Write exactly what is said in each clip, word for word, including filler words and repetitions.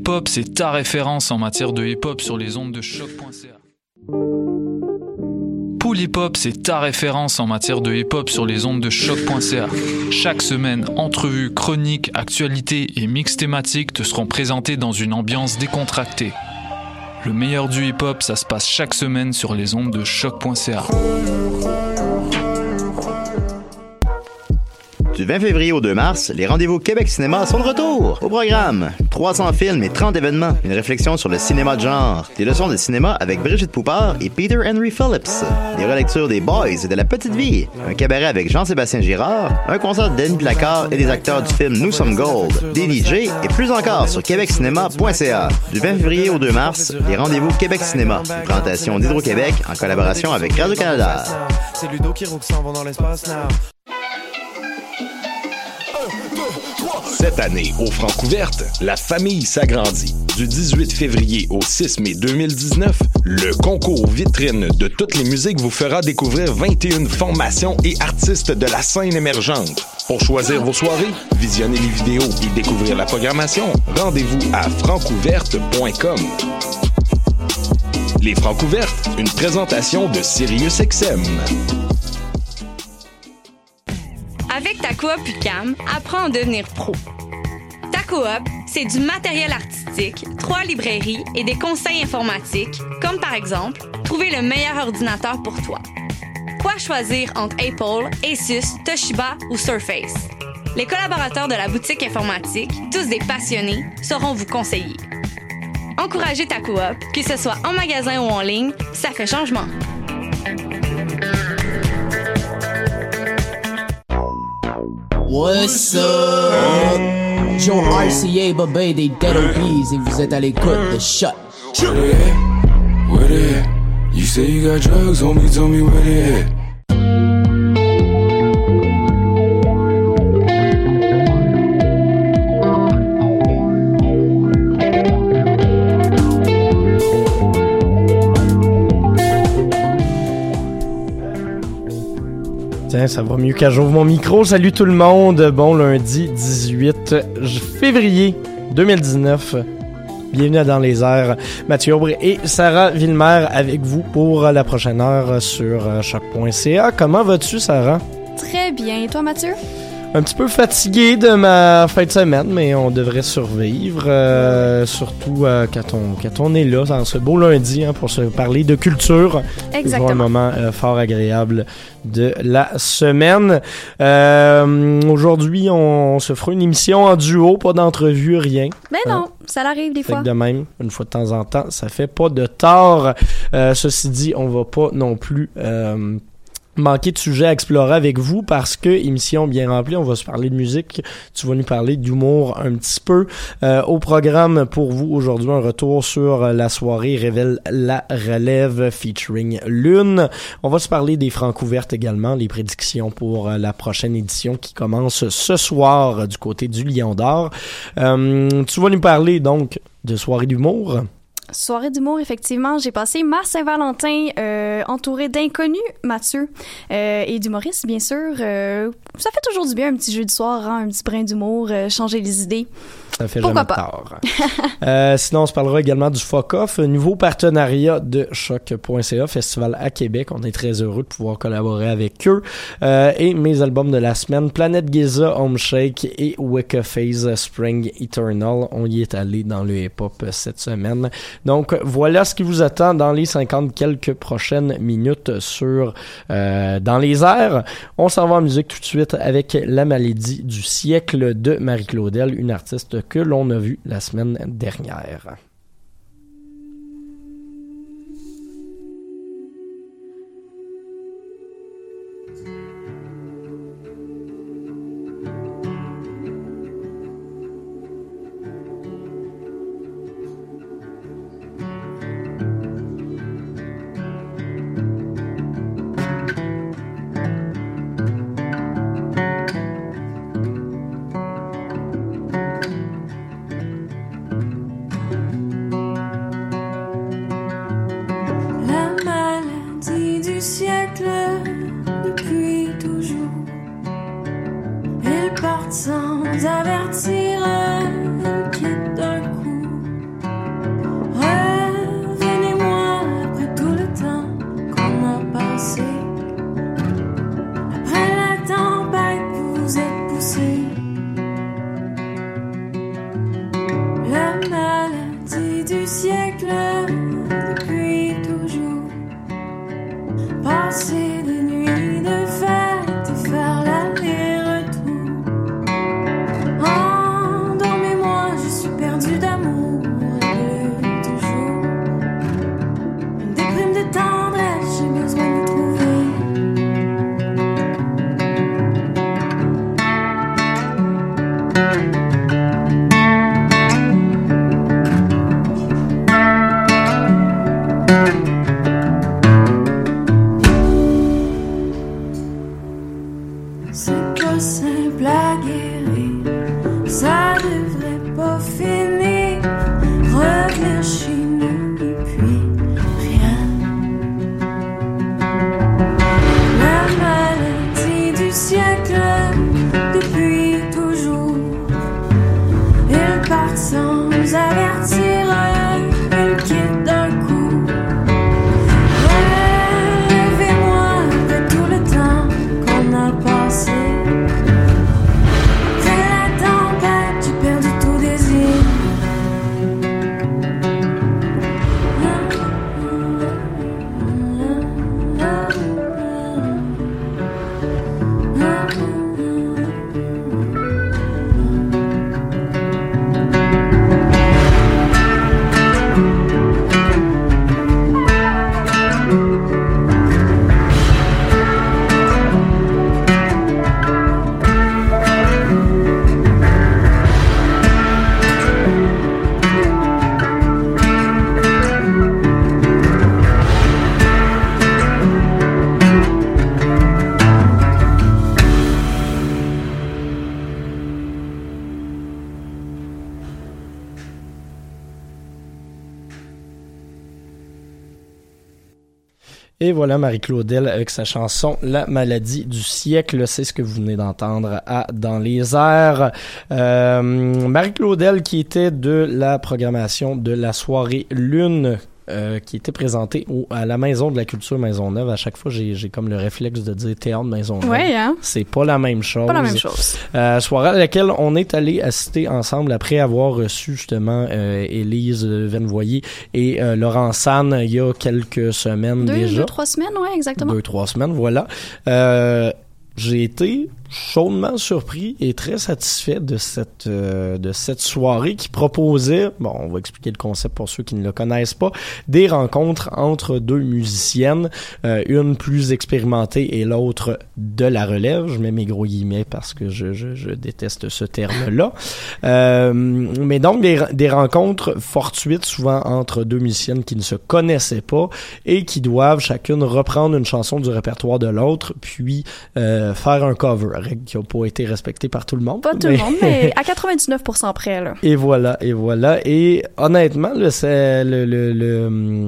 hip-hop, c'est ta référence en matière de hip-hop sur les ondes de choc point c a. Pool Hip Hop, c'est ta référence en matière de hip-hop sur les ondes de choc point c a. Chaque semaine, entrevues, chroniques, actualités et mix thématiques te seront présentés dans une ambiance décontractée. Le meilleur du hip-hop, ça se passe chaque semaine sur les ondes de choc point c a. Du vingt février au deux mars, les rendez-vous Québec Cinéma sont de retour. Au programme, trois cents films et trente événements. Une réflexion sur le cinéma de genre. Des leçons de cinéma avec Brigitte Poupard et Peter Henry Phillips. Des relectures des Boys et de La Petite Vie. Un cabaret avec Jean-Sébastien Girard. Un concert de Denis Placard et des acteurs du film Nous sommes Gold. Des D J et plus encore sur québec cinéma point c a. Du vingt février au deux mars, les rendez-vous Québec Cinéma. Une présentation d'Hydro-Québec en collaboration avec Radio-Canada. C'est Ludo qui roule s'en va dans l'espace now. Cette année, au Francouverte, la famille s'agrandit. Du dix-huit février au six mai deux mille dix-neuf, le concours vitrine de toutes les musiques vous fera découvrir vingt et une formations et artistes de la scène émergente. Pour choisir vos soirées, visionner les vidéos et découvrir la programmation, rendez-vous à francouverte point com. Les Francouvertes, une présentation de Sirius X M. Avec ta coop U Q A M, apprends à devenir pro. Ta coop, c'est du matériel artistique, trois librairies et des conseils informatiques, comme par exemple, trouver le meilleur ordinateur pour toi. Quoi choisir entre Apple, Asus, Toshiba ou Surface? Les collaborateurs de la boutique informatique, tous des passionnés, sauront vous conseiller. Encouragez ta coop, que ce soit en magasin ou en ligne, ça fait changement. What's up? Joe R C A, Bobé, des Dead O Bs et vous êtes à l'écoute de Shut. Where they at? Where they at? You say you got drugs, homie, tell me where they at. Tiens, ça va mieux quand j'ouvre mon micro. Salut tout le monde. Bon lundi dix-huit février deux mille dix-neuf. Bienvenue à Dans les airs. Mathieu Aubry et Sarah Villemer avec vous pour la prochaine heure sur choc point c a. Comment vas-tu, Sarah? Très bien. Et toi, Mathieu? Un petit peu fatigué de ma fin de semaine, mais on devrait survivre, euh, surtout euh, quand, on, quand on est là, dans ce beau lundi, hein, pour se parler de culture. Exactement. C'est un moment euh, fort agréable de la semaine. Euh, aujourd'hui, on, on se fera une émission en duo, pas d'entrevue, rien. Mais non, hein? Ça l'arrive des fait fois. que de même, une fois de temps en temps, ça fait pas de tort. Euh, ceci dit, on va pas non plus... Euh, manquer de sujets à explorer avec vous parce que émission bien remplie, on va se parler de musique, tu vas nous parler d'humour un petit peu. Euh, au programme pour vous aujourd'hui, un retour sur la soirée Révèle la relève featuring Lune. On va se parler des Francouvertes également, les prédictions pour la prochaine édition qui commence ce soir du côté du Lion d'Or. Euh, tu vas nous parler donc de soirée d'humour. Soirée d'humour, effectivement. J'ai passé ma Saint-Valentin euh, entourée d'inconnus, Mathieu, euh, et d'humoristes, bien sûr. Euh, ça fait toujours du bien, un petit jeu du soir, hein, un petit brin d'humour, euh, changer les idées. Ça fait Pourquoi jamais pas? tard. euh, sinon, on se parlera également du F O C Off, nouveau partenariat de choc point c a, festival à Québec. On est très heureux de pouvoir collaborer avec eux. Euh, et mes albums de la semaine, Planète Giza, Home Shake et Wicca Phase Spring Eternal. On y est allé dans le hip-hop cette semaine. Donc, voilà ce qui vous attend dans les cinquante quelques prochaines minutes sur euh, Dans les airs. On s'en va en musique tout de suite avec La maladie du siècle de Marie-Claudel, une artiste que l'on a vue la semaine dernière. Sans avertir, elle quitte d'un coup. Passer des nuits de fête et faire l'aller-retour. Endormez-moi, je suis perdue d'amour de toujours. Une déprime de tendresse, j'ai besoin de trouver. C'est pas simple à guérir, ça devrait pas finir. Revenir chez nous et puis rien. La maladie du siècle, depuis toujours. Ils partent sans avertir, ils quittent d'un coup. Relevez-moi de tout le temps qu'on a passé. C'est la tempête, j'ai perdu tout désir. Et voilà Marie-Claudel avec sa chanson « La maladie du siècle ». C'est ce que vous venez d'entendre à Dans les airs. Euh, Marie-Claudel qui était de la programmation de la soirée Lune, Euh, qui était présentée au, à la Maison de la Culture Maisonneuve. À chaque fois, j'ai, j'ai comme le réflexe de dire Théâtre Maisonneuve. Ouais, hein? C'est pas la même chose. Pas la même chose. Euh, soirée à laquelle on est allé assister ensemble après avoir reçu justement euh, Élise Venvoyer et euh, Laurent Sanne il y a quelques semaines deux, déjà. Deux, trois semaines, ouais, exactement. Deux, trois semaines, voilà. Euh, j'ai été chaudement surpris et très satisfait de cette euh, de cette soirée qui proposait, bon, on va expliquer le concept pour ceux qui ne le connaissent pas, des rencontres entre deux musiciennes, euh, une plus expérimentée et l'autre de la relève. Je mets mes gros guillemets parce que je je, je déteste ce terme-là. Euh, mais donc des des rencontres fortuites souvent entre deux musiciennes qui ne se connaissaient pas et qui doivent chacune reprendre une chanson du répertoire de l'autre puis euh, faire un cover. Règle qui n'a pas été respectée par tout le monde. Pas tout mais... le monde, mais à quatre-vingt-dix-neuf pour cent près, là. Et voilà, et voilà. Et honnêtement, là, c'est le, le, le,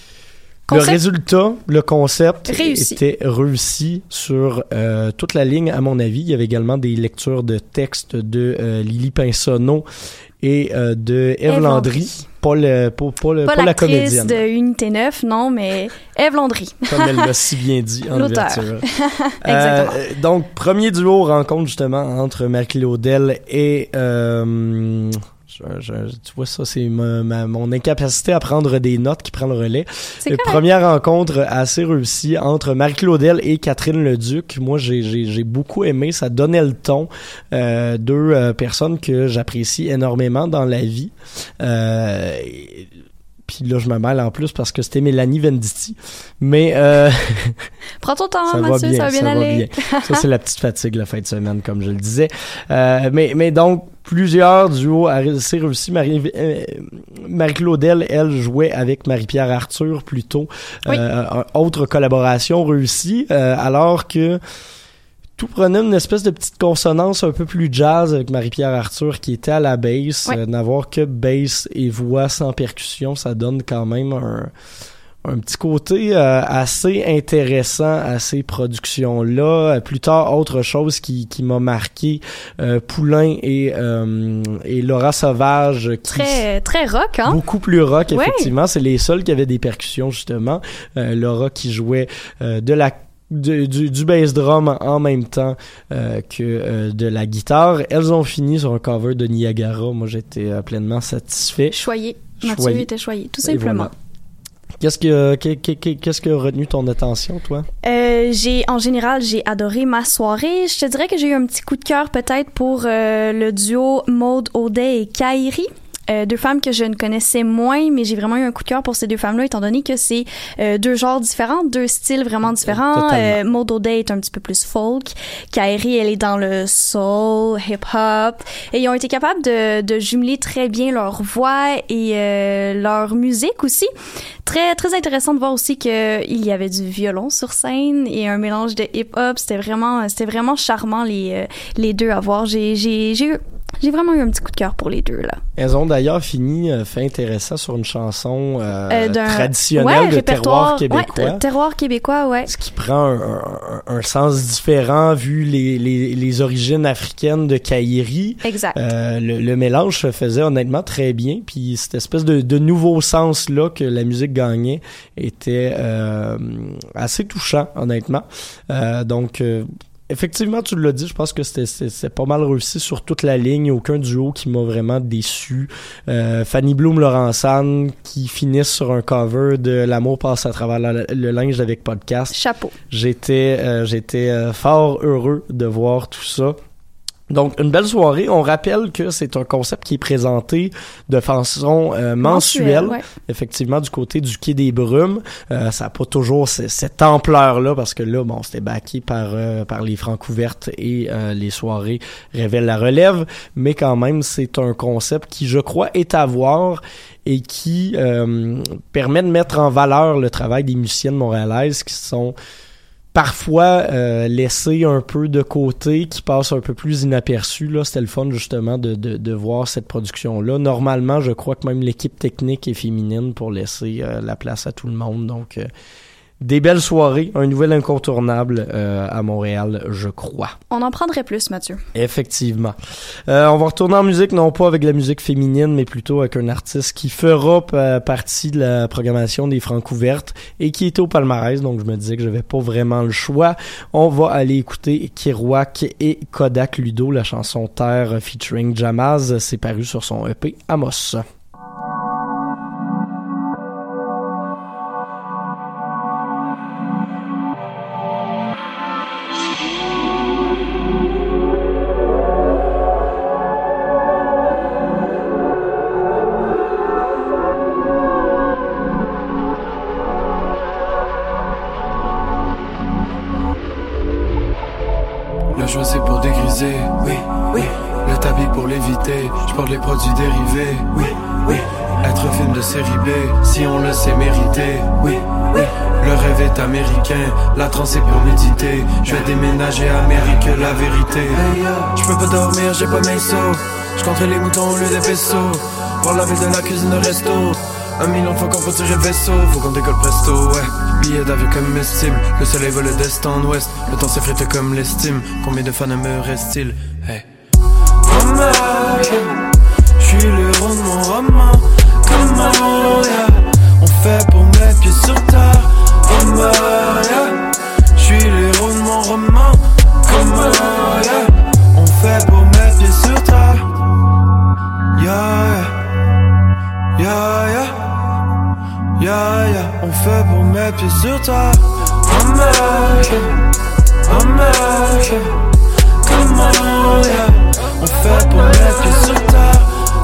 le résultat, le concept réussi. était réussi sur euh, toute la ligne, à mon avis. Il y avait également des lectures de textes de euh, Lily Pinsonneau et euh, de Ève Landry. Pas, le, pas, pas, le, pas, pas la comédienne. Pas l'actrice de Unité neuf, non, mais Ève Landry. Comme elle l'a si bien dit en l'auteur. ouverture. Exactement. Euh, donc, premier duo rencontre justement entre Marie-Claudel et... Euh, je, je, tu vois, ça, c'est ma, ma, mon incapacité à prendre des notes qui prend le relais. C'est correct. Première rencontre assez réussie entre Marie-Claudel et Catherine Leduc. Moi, j'ai, j'ai, j'ai beaucoup aimé. Ça donnait le ton. Euh, deux euh, personnes que j'apprécie énormément dans la vie. Euh, et, puis là, je me mêle en plus parce que c'était Mélanie Venditti. Mais... Euh, prends ton temps, ça Mathieu, va bien, ça va bien ça aller. Va bien. Ça, c'est la petite fatigue, la fin de semaine, comme je le disais. Euh, mais, mais donc, plusieurs duos assez réussis. Marie, euh, Marie-Claudel, elle, jouait avec Marie-Pierre Arthur plutôt. Oui. Euh, autre collaboration réussie, euh, alors que tout prenait une espèce de petite consonance un peu plus jazz avec Marie-Pierre Arthur qui était à la bass. Oui. Euh, n'avoir que bass et voix sans percussion, ça donne quand même un... un petit côté euh, assez intéressant à ces productions-là. Plus tard, autre chose qui, qui m'a marqué, euh, Poulain et, euh, et Laura Sauvage. Qui, très, très rock, hein? Beaucoup plus rock, ouais. effectivement. C'est les seuls qui avaient des percussions, justement. Euh, Laura qui jouait euh, de la Du, du, du bass drum en même temps euh, que euh, de la guitare. Elles ont fini sur un cover de Niagara. Moi, j'étais euh, pleinement satisfait. Choyé. Choyé. Mathieu était choyé, tout simplement. Voilà. Qu'est-ce que qu'est-ce qui a retenu ton attention, toi? Euh, j'ai, en général, j'ai adoré ma soirée. Je te dirais que j'ai eu un petit coup de cœur peut-être pour euh, le duo Maude Audet et Kairi. Euh, deux femmes que je ne connaissais moins, mais j'ai vraiment eu un coup de cœur pour ces deux femmes-là, étant donné que c'est euh, deux genres différents, deux styles vraiment différents. Euh, Maude Audet est un petit peu plus folk. Kairi, elle est dans le soul, hip-hop. Et ils ont été capables de, de jumeler très bien leur voix et euh, leur musique aussi. Très, très intéressant de voir aussi qu'il y avait du violon sur scène et un mélange de hip-hop. C'était vraiment, c'était vraiment charmant les, les deux à voir. J'ai, j'ai, j'ai eu J'ai vraiment eu un petit coup de cœur pour les deux, là. Elles ont d'ailleurs fini, euh, fait intéressant sur une chanson euh, euh, traditionnelle ouais, de terroir québécois. Ouais, terroir québécois, ouais. Ce qui prend un, un, un sens différent vu les, les, les origines africaines de Kairi. Exact. Euh, le, le mélange se faisait honnêtement très bien. Puis cette espèce de, de nouveau sens-là que la musique gagnait était euh, assez touchant, honnêtement. Euh, donc... Euh, Effectivement, tu l'as dit, je pense que c'était, c'était, c'était pas mal réussi sur toute la ligne. Aucun duo qui m'a vraiment déçu. Euh, Fanny Bloom, Laurent San, qui finissent sur un cover de L'amour passe à travers la, le linge avec podcast. Chapeau. J'étais, euh, j'étais euh, fort heureux de voir tout ça. Donc, une belle soirée. On rappelle que c'est un concept qui est présenté de façon euh, mensuelle, mensuelle ouais. Effectivement, du côté du Quai des Brumes. Euh, ça n'a pas toujours c- cette ampleur-là, parce que là, bon, c'était backé par euh, par les francs ouvertes et euh, les soirées révèlent la relève, mais quand même, c'est un concept qui, je crois, est à voir et qui euh, permet de mettre en valeur le travail des musiciennes montréalaises qui sont parfois euh, laissé un peu de côté, qui passe un peu plus inaperçu. Là, c'était le fun justement de, de, de voir cette production-là. Normalement, je crois que même l'équipe technique est féminine pour laisser euh, la place à tout le monde. Donc, euh, des belles soirées, un nouvel incontournable euh, à Montréal, je crois. On en prendrait plus, Mathieu. Effectivement. Euh, on va retourner en musique, non pas avec la musique féminine, mais plutôt avec un artiste qui fera p- partie de la programmation des Francs ouvertes et qui était au palmarès, donc je me disais que j'avais pas vraiment le choix. On va aller écouter Kerouac et Kodak Ludo, la chanson Terre featuring Jamaz. C'est paru sur son E P Amos. Le choix c'est pour dégriser, oui, oui. Le tapis pour l'éviter, je porte les produits dérivés, oui, oui. Être film de série B, si on le sait mériter, oui, oui. Le rêve est américain, la transe est pour méditer. Je vais déménager à Amérique, la vérité. Je peux pas dormir, j'ai pas mes sauts. Je compterai les moutons au lieu des vaisseaux. Voir la ville de la cuisine de resto. Un million de fois qu'on peut tirer le vaisseau, faut qu'on décolle presto, ouais. Billet d'avion comestible, le soleil vole d'est en ouest. Le temps s'effrite comme l'estime, combien de fans me reste-t-il? Hey. Comment, yeah. J'suis le héros de mon roman. Comment, yeah. On fait pour mettre pieds sur terre. Comment, yeah. J'suis le héros de mon roman. Comment, yeah. On fait pour mettre pieds sur terre. Yeah, yeah, yeah, yeah. Yeah, yeah, on fait pour mettre pieds sur terre. America, America, come on, yeah. On fait pour mettre pieds sur terre.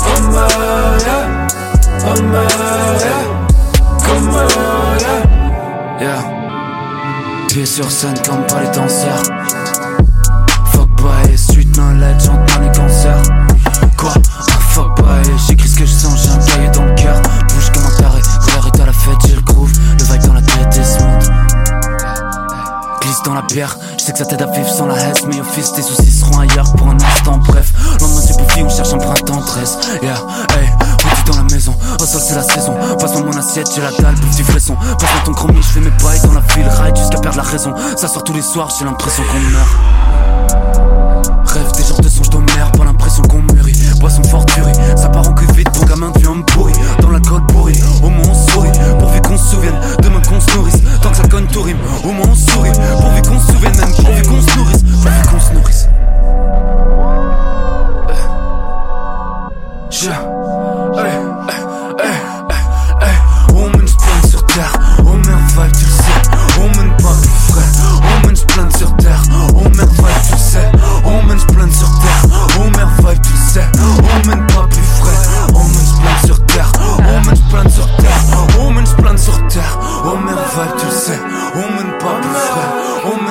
America, America, come on, yeah. Yeah. Pieds sur scène comme pas les danseurs. Fuck boy, street no legend, dans les concerts. Quoi? Ah fuck boy, j'écris ce que je sens, j'ai un cahier dans le cœur. Bouge comme un taré, colère est à la fête, j'ai le groove. Le vibe dans la tête est smooth. Glisse dans la bière, je sais que ça t'aide à vivre sans la haine. Mais au fils, tes soucis seront ailleurs pour un instant, bref. Lendemain du bouffi, on cherche un printemps tresse. Yeah, hey, retour dans la maison, au sol c'est la saison. Passe-moi mon assiette, j'ai la dalle, bouffe du fresson. Passe-moi ton chromie, je fais mes bails dans la ville, ride jusqu'à perdre la raison. Ça sort tous les soirs, j'ai l'impression qu'on meurt. Rêve des genres de songes de merde, pas l'impression qu'on mûrit. Boisson forte durée, ça part en cul vite, bon gamin devient un pourri. Dans l'alcool pourri, au moins on sourit. Pourvu qu'on se souvienne, demain qu'on se nourrisse. Tant que ça conne tout rime, au moins on sourit. Pourvu qu'on se souvienne, même pourvu qu'on se nourrisse. Pourvu qu'on se nourrisse. Je, hey, hey, hey, hey, hey. On met une spin sur terre.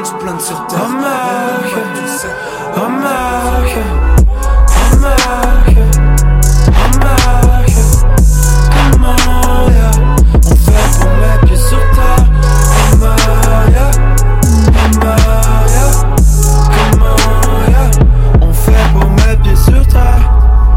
se plane sur terre. America, America, America, America. Comment, yeah, on fait pour mettre pieds sur terre. America, America, comment, yeah, on fait pour mettre pieds sur terre.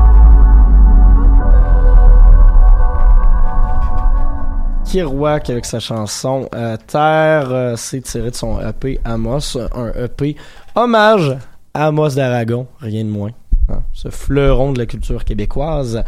Kerouac avec sa chanson euh, Terre, euh, c'est tiré de son E P Amos, un E P hommage à Amos d'Aragon, rien de moins. Hein, ce fleuron de la culture québécoise.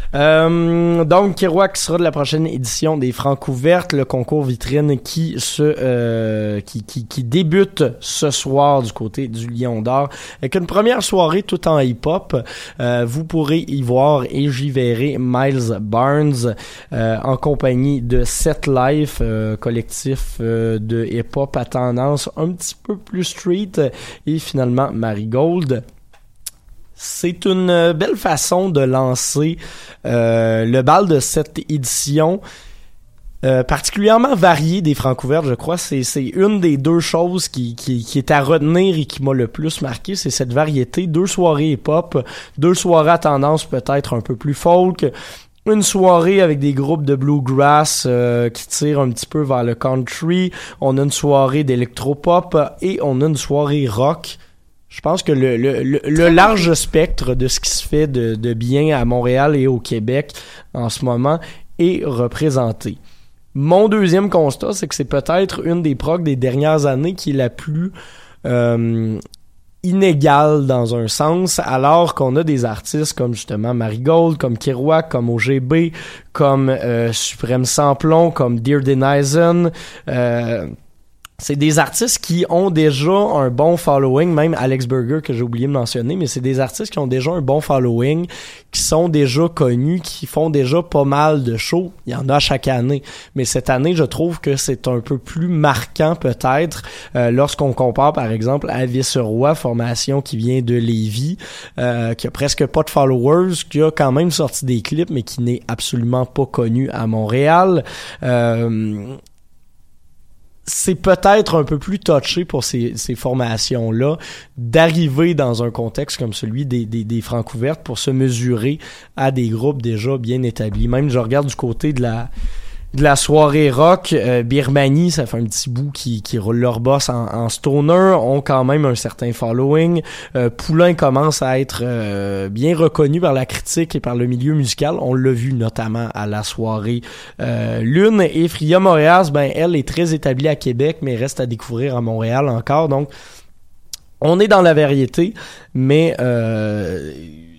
Euh, donc, Kerouac sera de la prochaine édition des Francouvertes, le concours vitrine qui se euh, qui, qui, qui débute ce soir du côté du Lion d'Or avec une première soirée tout en hip-hop. Euh, vous pourrez y voir et j'y verrai Miles Barnes euh, en compagnie de Set Life, euh, collectif euh, de hip-hop à tendance un petit peu plus street, et finalement Marigold. C'est une belle façon de lancer euh, le bal de cette édition, euh, particulièrement variée des Francouvertes, je crois. C'est, c'est une des deux choses qui, qui, qui est à retenir et qui m'a le plus marqué, c'est cette variété. Deux soirées hip-hop, deux soirées à tendance peut-être un peu plus folk, une soirée avec des groupes de bluegrass euh, qui tirent un petit peu vers le country, on a une soirée d'électropop et on a une soirée rock. Je pense que le, le, le, le large spectre de ce qui se fait de, de bien à Montréal et au Québec en ce moment est représenté. Mon deuxième constat, c'est que c'est peut-être une des progs des dernières années qui est la plus euh, inégale dans un sens, alors qu'on a des artistes comme justement Marigold, comme Kerouac, comme O G B, comme euh, Suprême Samplon, comme Dear Denizen, euh... C'est des artistes qui ont déjà un bon following, même Alex Burger que j'ai oublié de mentionner, mais c'est des artistes qui ont déjà un bon following, qui sont déjà connus, qui font déjà pas mal de shows. Il y en a chaque année. Mais cette année, je trouve que c'est un peu plus marquant peut-être euh, lorsqu'on compare par exemple à Vice-Roi, formation qui vient de Lévis, euh, qui a presque pas de followers, qui a quand même sorti des clips, mais qui n'est absolument pas connu à Montréal. Euh... C'est peut-être un peu plus touché pour ces, ces formations-là d'arriver dans un contexte comme celui des, des, des Francouvertes pour se mesurer à des groupes déjà bien établis. Même je regarde du côté de la de la soirée rock, euh, Birmanie, ça fait un petit bout qui, qui roule leur boss en, en stoner, ont quand même un certain following. Euh, Poulain commence à être euh, bien reconnu par la critique et par le milieu musical. On l'a vu notamment à la soirée euh, Lune. Et Fria Montréal, ben elle est très établie à Québec, mais reste à découvrir à Montréal encore. Donc, on est dans la variété, mais euh,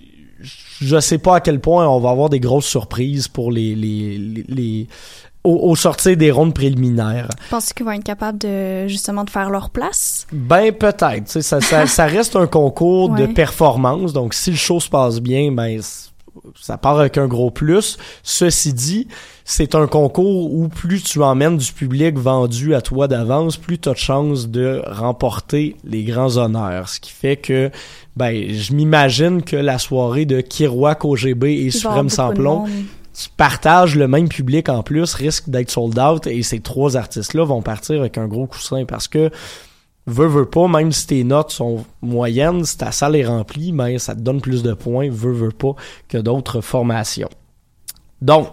je sais pas à quel point on va avoir des grosses surprises pour les les les, les au, au sortir des rondes préliminaires. Penses-tu qu'ils vont être capables de justement de faire leur place? Ben peut-être. Tu sais, ça, ça ça reste un concours ouais. de performance. Donc si le show se passe bien, ben ça part avec un gros plus. Ceci dit, c'est un concours où plus tu emmènes du public vendu à toi d'avance, plus tu as de chances de remporter les grands honneurs. Ce qui fait que, ben, je m'imagine que la soirée de Kerouac, O G B et Suprême Samplon, qui partagent le même public en plus, risque d'être sold out, et ces trois artistes-là vont partir avec un gros coussin parce que veux, veux pas, même si tes notes sont moyennes, si ta salle est remplie, ben, ça te donne plus de points, veux, veux pas, que d'autres formations. Donc,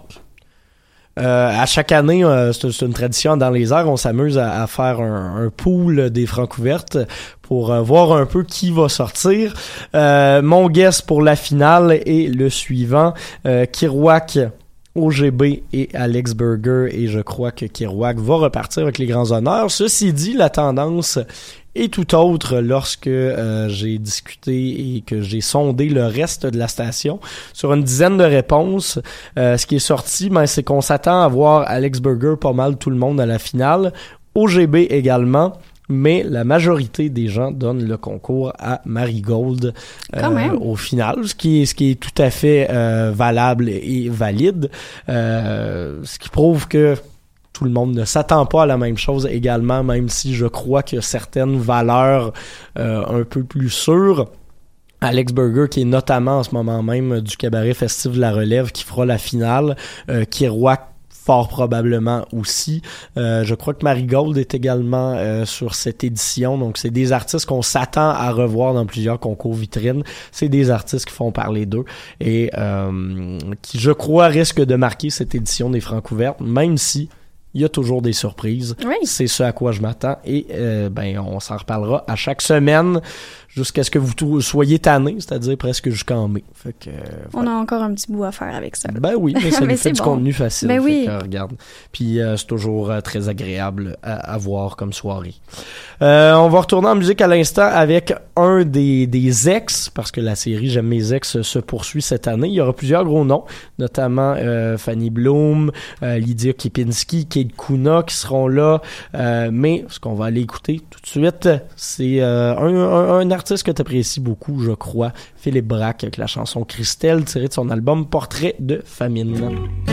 euh, à chaque année, euh, c'est, c'est une tradition dans les airs, on s'amuse à, à faire un, un pool des Francouvertes pour euh, voir un peu qui va sortir. Euh, mon guess pour la finale est le suivant, euh, Kerouac, O G B et Alex Burger, et je crois que Kerouac va repartir avec les grands honneurs. Ceci dit, la tendance est tout autre lorsque euh, j'ai discuté et que j'ai sondé le reste de la station. Sur une dizaine de réponses, euh, ce qui est sorti, ben, c'est qu'on s'attend à voir Alex Burger pas mal tout le monde à la finale, O G B également, mais la majorité des gens donnent le concours à Marigold euh, au final, ce qui est, ce qui est tout à fait euh, valable et valide, euh, ce qui prouve que tout le monde ne s'attend pas à la même chose également, même si je crois qu'il y a certaines valeurs euh, un peu plus sûres. Alex Burger, qui est notamment en ce moment même du cabaret festif de la Relève, qui fera la finale, euh, Kerouac fort probablement aussi. Euh, je crois que Marigold est également euh, sur cette édition. Donc, c'est des artistes qu'on s'attend à revoir dans plusieurs concours vitrines. C'est des artistes qui font parler d'eux et euh, qui, je crois, risquent de marquer cette édition des Francouvertes, même si il y a toujours des surprises. Oui. C'est ce à quoi je m'attends et euh, ben on s'en reparlera à chaque semaine jusqu'à ce que vous t- soyez tannés, c'est-à-dire presque jusqu'en mai. Fait que, euh, on a encore un petit bout à faire avec ça. Ben oui, mais ça mais nous fait du bon. contenu facile. Ben fait oui. que, regarde. Puis euh, c'est toujours euh, très agréable à, à voir comme soirée. Euh, on va retourner en musique à l'instant avec un des, des ex, parce que la série J'aime mes ex se poursuit cette année. Il y aura plusieurs gros noms, notamment euh, Fanny Bloom, euh, Lydia Kipinski, Kate Kuna qui seront là. Euh, mais ce qu'on va aller écouter tout de suite, c'est euh, un, un, un artiste que tu apprécies beaucoup, je crois, Philippe Braque, avec la chanson Christelle, tirée de son album Portrait de famine.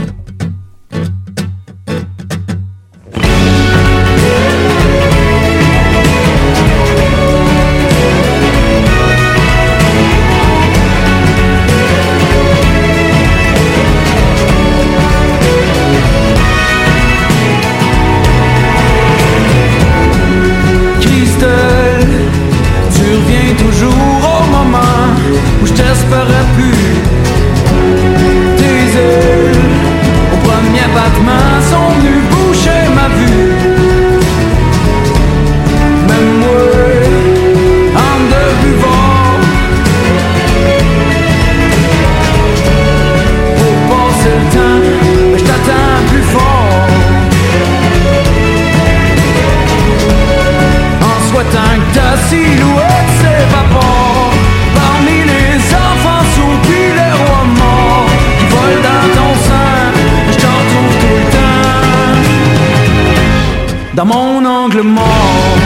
Où je t'espérais plus. Tes ailes au premier battement sont venues boucher ma vue. Même moi, en deux buvards, pour passer le temps, je t'attends plus fort. En souhaitant que ta silhouette s'évapore parmi les enfants sous puis les rois morts qui volent dans ton sein. Je t'en trouve tout le temps dans mon angle mort.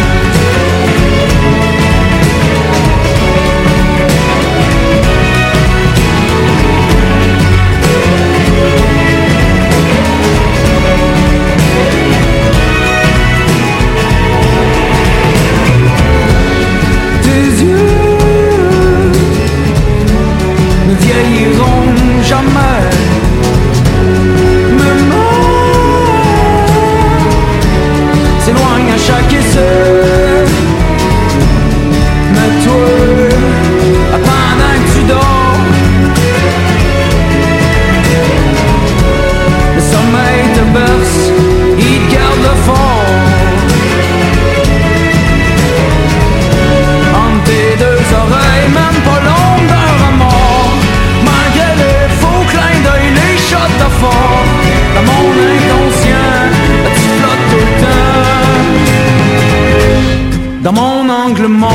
Tes yeux ne vieilliront jamais. Me mort s'éloigne à chaque essai. Mais toi, pendant que tu dors, le sommeil te berce, il te garde le fort. Entre tes deux oreilles, même pas l'ombre d'un remords. Malgré les faux clins d'œil, les shots de fort, dans mon inconscient, tu flottes tout le temps dans mon angle mort.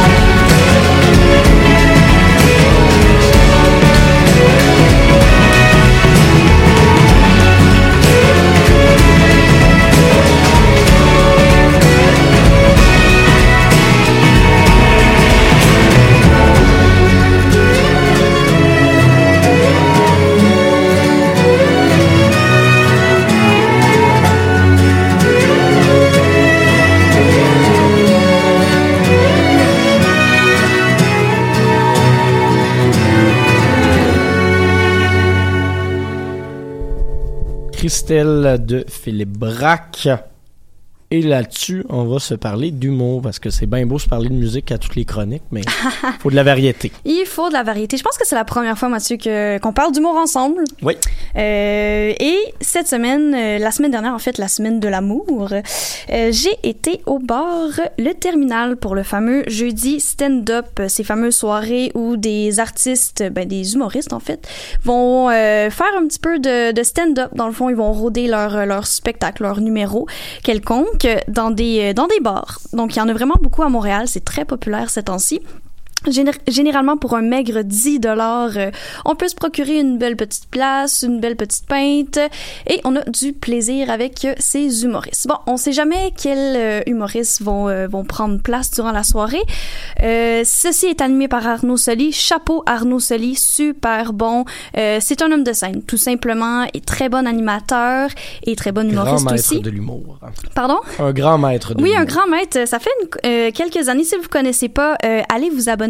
Christelle de Philippe Braque. Et là-dessus, on va se parler d'humour, parce que c'est bien beau se parler de musique à toutes les chroniques, mais il faut de la variété. Il faut de la variété. Je pense que c'est la première fois, Mathieu, que, qu'on parle d'humour ensemble. Oui. Euh, et cette semaine, euh, la semaine dernière, en fait, la semaine de l'amour, euh, j'ai été au bar Le Terminal pour le fameux jeudi stand-up, ces fameuses soirées où des artistes, ben des humoristes en fait, vont euh, faire un petit peu de, de stand-up. Dans le fond, ils vont rôder leur, leur spectacle, leur numéro quelconque dans des, dans des bars. Donc, il y en a vraiment beaucoup à Montréal. C'est très populaire ces temps-ci. Généralement, pour un maigre dix dollars, euh, on peut se procurer une belle petite place, une belle petite pinte, et on a du plaisir avec euh, ces humoristes. Bon, on sait jamais quels euh, humoristes vont, euh, vont prendre place durant la soirée. Euh, ceci est animé par Arnaud Soli. Chapeau Arnaud Soli, super bon. Euh, c'est un homme de scène, tout simplement, et très bon animateur, et très bon humoriste grand aussi. Maître de l'humour. Pardon? Un grand maître de oui, l'humour. Oui, un grand maître. Ça fait une, euh, quelques années, si vous ne connaissez pas, euh, allez vous abonner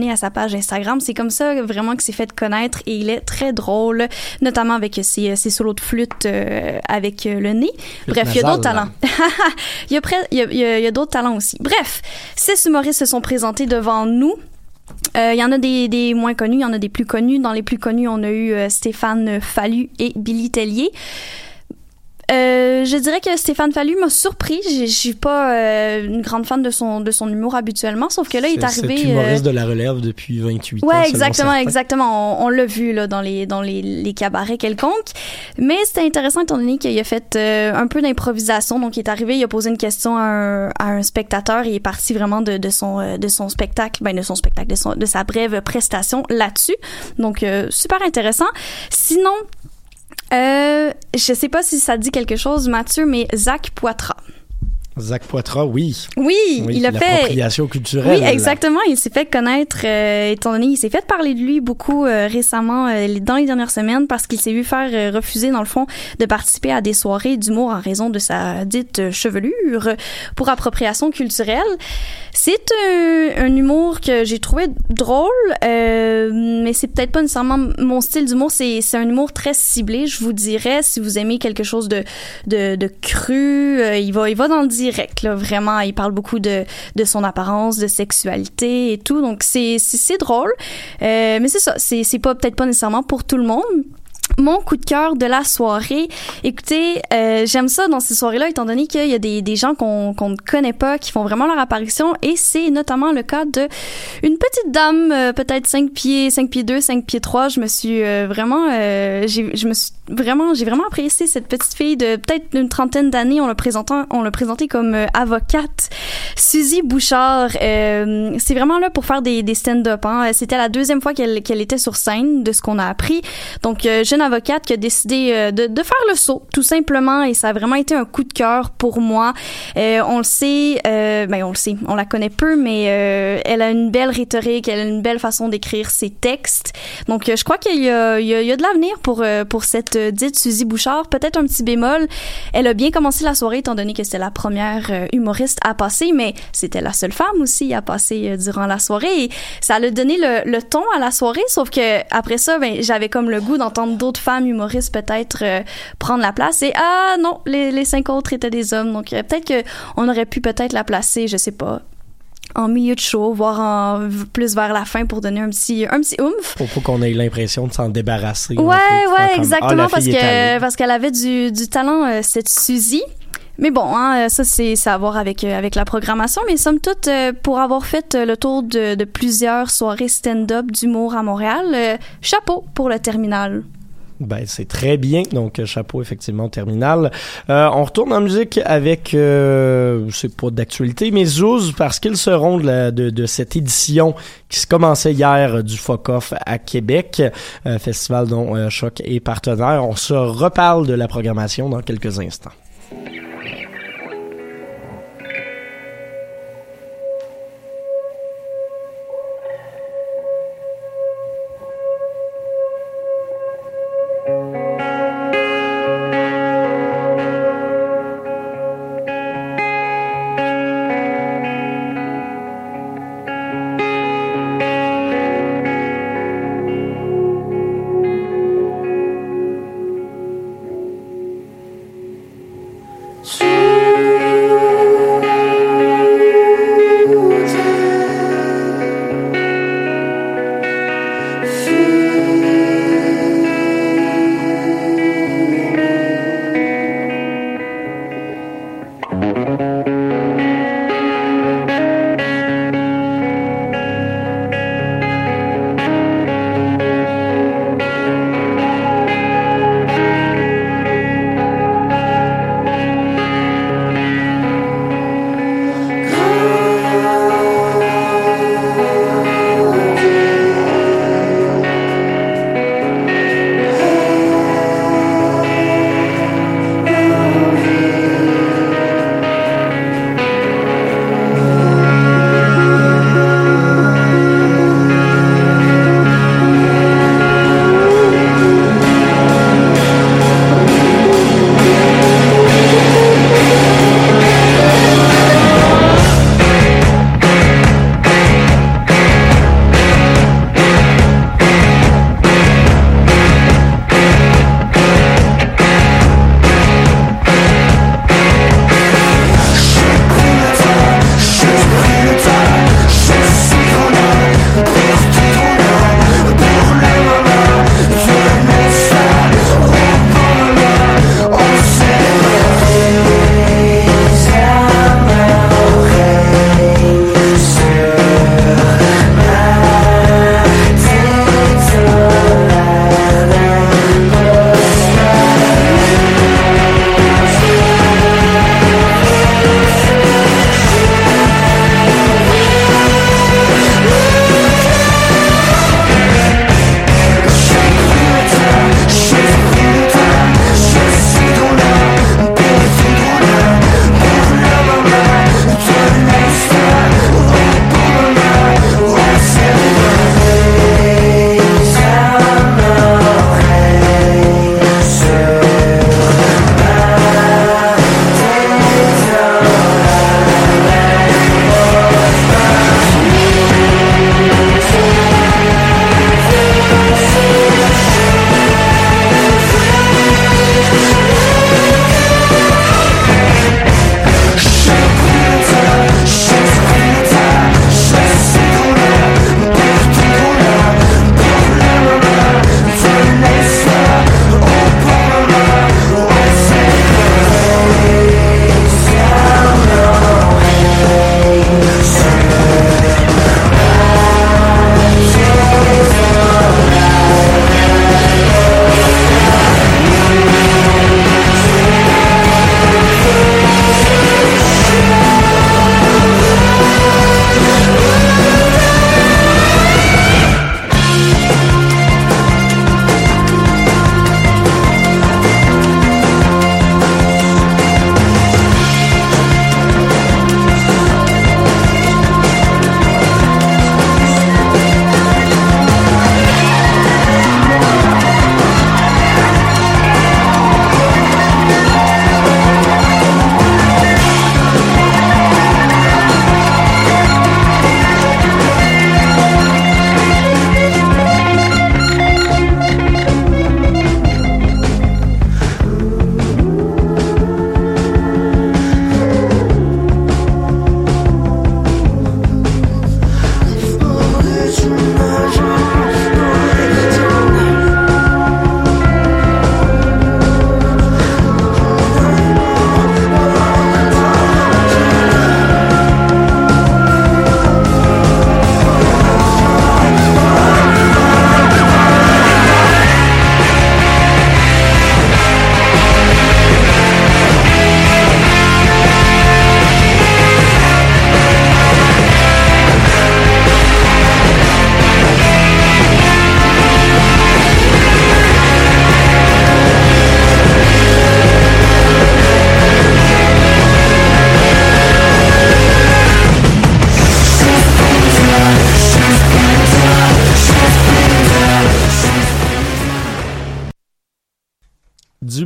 abonner à sa page Instagram. C'est comme ça vraiment qu'il s'est fait connaître et il est très drôle, notamment avec ses, ses solos de flûte euh, avec euh, le nez. Flûte Bref, il y a nasale, d'autres talents. il y a, près- il y a, il y a, il y a d'autres talents aussi. Bref, six humoristes se sont présentés devant nous. Euh, Il y en a des, des moins connus, il y en a des plus connus. Dans les plus connus, on a eu euh, Stéphane Fallu et Billy Tellier. Euh, je dirais que Stéphane Fallu m'a surpris. Je suis pas euh, une grande fan de son de son humour habituellement, sauf que là il est arrivé. C'est humoriste euh... de la relève depuis vingt-huit ouais, ans. Ouais, exactement, exactement. On, on l'a vu là dans les dans les, les cabarets quelconques. Mais c'était intéressant étant donné qu'il a fait euh, un peu d'improvisation. Donc il est arrivé, il a posé une question à un, à un spectateur et il est parti vraiment de, de son de son spectacle, ben de son spectacle, de son de sa brève prestation là-dessus. Donc euh, super intéressant. Sinon. Euh, je sais pas si ça dit quelque chose, Mathieu, mais Zach Poitras. Zach Poitras, oui. Oui, oui il a fait... l'appropriation culturelle. Oui, exactement. Il s'est fait connaître, euh, étant donné, il s'est fait parler de lui beaucoup euh, récemment, euh, dans les dernières semaines, parce qu'il s'est vu faire euh, refuser, dans le fond, de participer à des soirées d'humour en raison de sa dite euh, chevelure pour appropriation culturelle. C'est un, un humour que j'ai trouvé drôle, euh, mais c'est peut-être pas nécessairement mon style d'humour. C'est, c'est un humour très ciblé, je vous dirais. Si vous aimez quelque chose de, de, de cru, euh, il va, il va dans le direct, là, vraiment. Il parle beaucoup de, de son apparence, de sexualité et tout. Donc, c'est, c'est, c'est drôle. Euh, mais c'est ça. C'est, c'est pas, peut-être pas nécessairement pour tout le monde. Mon coup de cœur de la soirée, écoutez, euh, j'aime ça dans ces soirées-là, étant donné qu'il y a des, des gens qu'on, qu'on ne connaît pas, qui font vraiment leur apparition, et c'est notamment le cas de une petite dame, euh, peut-être cinq pieds, cinq pieds deux, cinq pieds trois. Je me suis euh, vraiment, euh, j'ai, je me suis vraiment, j'ai vraiment apprécié cette petite fille de peut-être une trentaine d'années. On l'a présentant, on l'a présentée comme euh, avocate. Suzy Bouchard, euh, c'est vraiment là pour faire des, des stand-up. Hein. C'était la deuxième fois qu'elle, qu'elle était sur scène, de ce qu'on a appris. Donc, euh, jeune avocate qui a décidé euh, de, de faire le saut, tout simplement, et ça a vraiment été un coup de cœur pour moi. Euh, on le sait, euh, ben on le sait, on la connaît peu, mais euh, elle a une belle rhétorique, elle a une belle façon d'écrire ses textes. Donc, euh, je crois qu'il y a, il y a, il y a de l'avenir pour euh, pour cette euh, dite Suzy Bouchard. Peut-être un petit bémol, elle a bien commencé la soirée, étant donné que c'était la première euh, humoriste à passer, mais c'était la seule femme aussi à passer euh, durant la soirée, et ça a donné le, le ton à la soirée, sauf que après ça, ben j'avais comme le goût d'entendre d'autres femmes humoristes peut-être euh, prendre la place, et ah non, les, les cinq autres étaient des hommes, donc euh, peut-être que on aurait pu peut-être la placer, je sais pas, en milieu de show, voire en plus vers la fin pour donner un petit un petit oomph. Pour, pour qu'on ait l'impression de s'en débarrasser. Ouais, peu, ouais, comme, exactement, ah, parce que parce qu'elle avait du du talent, euh, cette Suzy. Mais bon, hein, ça c'est ça à voir avec euh, avec la programmation, mais somme toute, euh, pour avoir fait euh, le tour de, de plusieurs soirées stand-up d'humour à Montréal, euh, chapeau pour le Terminal. Ben, c'est très bien. Donc, chapeau, effectivement, au Terminal. Euh, on retourne en musique avec, euh, c'est pas d'actualité, mais Zouz, parce qu'ils seront de, la, de, de cette édition qui se commençait hier euh, du Fuck Off à Québec, euh, festival dont euh, Choc est partenaire. On se reparle de la programmation dans quelques instants.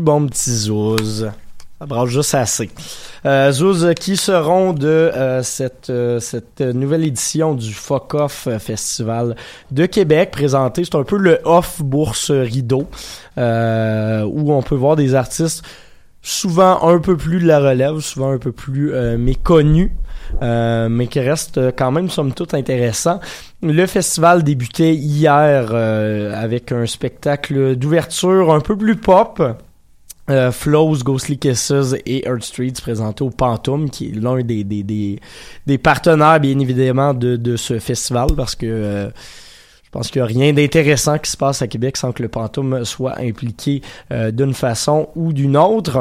bons petits zouz. Ça brasse juste assez. Euh, Zouz qui seront de euh, cette euh, cette nouvelle édition du Fuck Off Festival de Québec présenté. C'est un peu le off Bourse Rideau euh, où on peut voir des artistes souvent un peu plus de la relève, souvent un peu plus euh, méconnus. Euh, mais qui reste quand même somme toute intéressant. Le festival débutait hier euh, avec un spectacle d'ouverture un peu plus pop. Euh, Flows, Ghostly Kisses et Earth Streets présentés au Pantoum, qui est l'un des des des, des partenaires bien évidemment de de ce festival, parce que euh, je pense qu'il n'y a rien d'intéressant qui se passe à Québec sans que le Pantoum soit impliqué euh, d'une façon ou d'une autre.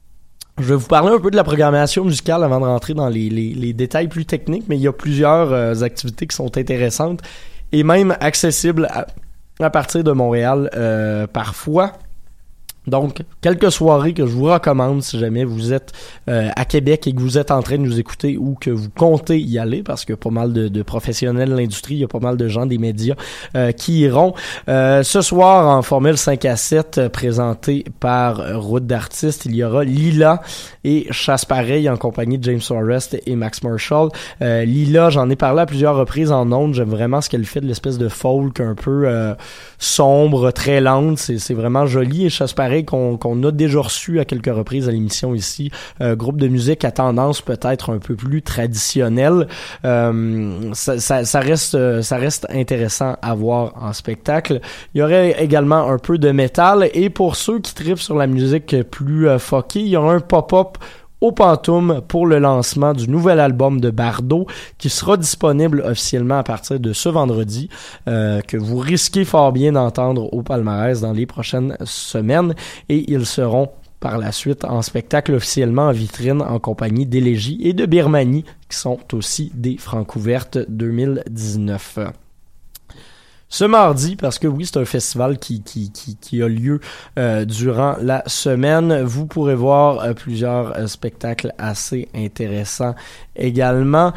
Je vais vous parler un peu de la programmation musicale avant de rentrer dans les les, les détails plus techniques, mais il y a plusieurs euh, activités qui sont intéressantes et même accessibles à, à partir de Montréal euh, parfois. Donc, quelques soirées que je vous recommande si jamais vous êtes euh, à Québec et que vous êtes en train de nous écouter ou que vous comptez y aller, parce qu'il y a pas mal de, de professionnels de l'industrie, il y a pas mal de gens des médias euh, qui iront. Euh, ce soir, en Formule cinq à sept, euh, présenté par Route d'artistes, il y aura Lila et Chasse Pareil en compagnie de James Forrest et Max Marshall. Euh, Lila, j'en ai parlé à plusieurs reprises en ondes, j'aime vraiment ce qu'elle fait de l'espèce de folk un peu euh, sombre, très lente, c'est, c'est vraiment joli. Et Chasse Pareil, Qu'on, qu'on a déjà reçu à quelques reprises à l'émission ici, euh, groupe de musique à tendance peut-être un peu plus traditionnelle. Euh, ça, ça, ça reste, ça reste intéressant à voir en spectacle. Il y aurait également un peu de métal, et pour ceux qui trippent sur la musique plus euh, fuckée, il y aura un pop-up au Pantoum pour le lancement du nouvel album de Bardot qui sera disponible officiellement à partir de ce vendredi, euh, que vous risquez fort bien d'entendre au palmarès dans les prochaines semaines, et ils seront par la suite en spectacle officiellement en vitrine en compagnie d'Élégie et de Birmanie qui sont aussi des Francouvertes deux mille dix-neuf. Ce mardi, parce que oui, c'est un festival qui qui qui, qui a lieu euh, durant la semaine, vous pourrez voir euh, plusieurs euh, spectacles assez intéressants également.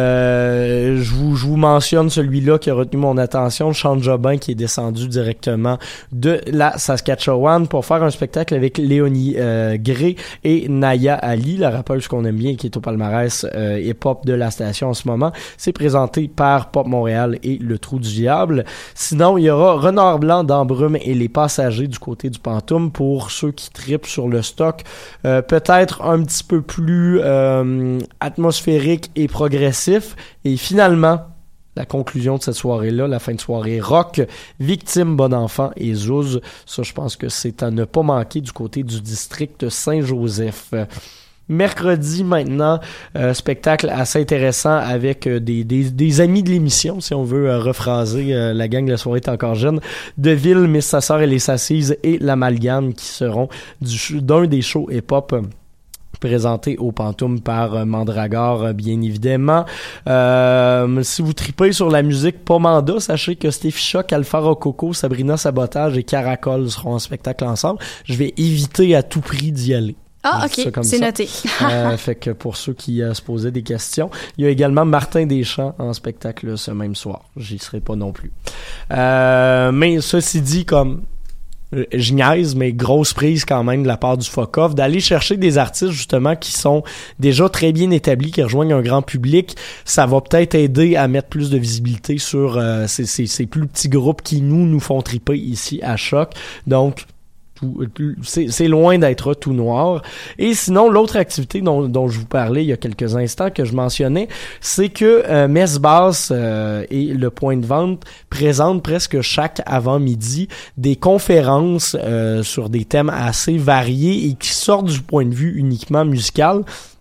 Euh, je vous je vous mentionne celui-là qui a retenu mon attention, Sean Jobin, qui est descendu directement de la Saskatchewan pour faire un spectacle avec Léonie euh, Gray et Naya Ali, la rappeuse qu'on aime bien et qui est au palmarès euh, hip-hop de la station en ce moment. C'est présenté par Pop Montréal et Le Trou du Diable. Sinon, il y aura Renard Blanc d'Embrume et Les Passagers du côté du Pantoum pour ceux qui tripent sur le stock. Euh, peut-être un petit peu plus euh, atmosphérique et progressif. Et finalement, la conclusion de cette soirée-là, la fin de soirée rock, Victime, Bon Enfant et Zouz. Ça, je pense que c'est à ne pas manquer du côté du district Saint-Joseph. Mercredi maintenant, euh, spectacle assez intéressant avec euh, des, des des amis de l'émission, si on veut euh, rephraser euh, la gang de La Soirée est encore jeune, Deville, Miss Sasseur et les Assises et l'Amalgame qui seront du, d'un des shows hip-hop euh, présenté au Pantoum par euh, Mandragore, euh, bien évidemment. Euh, si vous tripez sur la musique Pomanda, sachez que Steffi Choc, Alpha Rococo, Sabrina Sabotage et Caracol seront en spectacle ensemble. Je vais éviter à tout prix d'y aller. Ah, ok, c'est ça. Noté. euh, fait que pour ceux qui euh, se posaient des questions, il y a également Martin Deschamps en spectacle ce même soir. J'y serai pas non plus. Euh, mais ceci dit, comme je niaise, mais grosse prise quand même de la part du Fuck Off, d'aller chercher des artistes justement qui sont déjà très bien établis, qui rejoignent un grand public. Ça va peut-être aider à mettre plus de visibilité sur euh, ces, ces, ces plus petits groupes qui nous, nous font triper ici à Choc. Donc, Tout, c'est, c'est loin d'être tout noir. Et sinon, l'autre activité dont, dont je vous parlais il y a quelques instants, que je mentionnais, c'est que euh, Messe Basse euh, et le Point de Vente présentent presque chaque avant-midi des conférences euh, sur des thèmes assez variés et qui sortent du point de vue uniquement musical.